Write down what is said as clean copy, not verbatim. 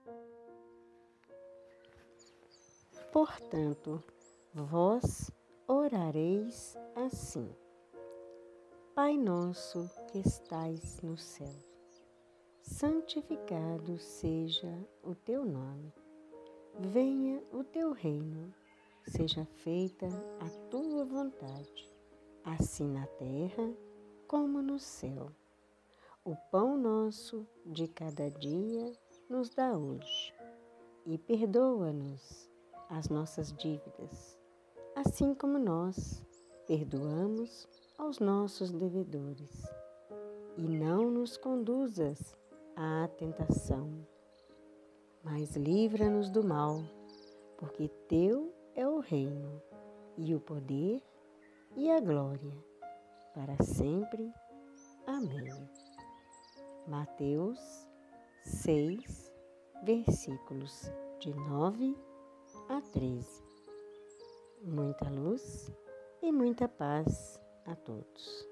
Portanto, vós orareis assim: Pai nosso que estais no céu, santificado seja o teu nome. Venha o teu reino, seja feita a tua vontade, assim na terra como no céu. O pão nosso de cada dia nos dá hoje, e perdoa-nos as nossas dívidas, assim como nós perdoamos aos nossos devedores. E não nos conduzas à tentação, mas livra-nos do mal, porque teu é o reino, e o poder, e a glória, para sempre. Amém. Mateus 6, versículos de 9 a 13. Muita luz e muita paz a todos.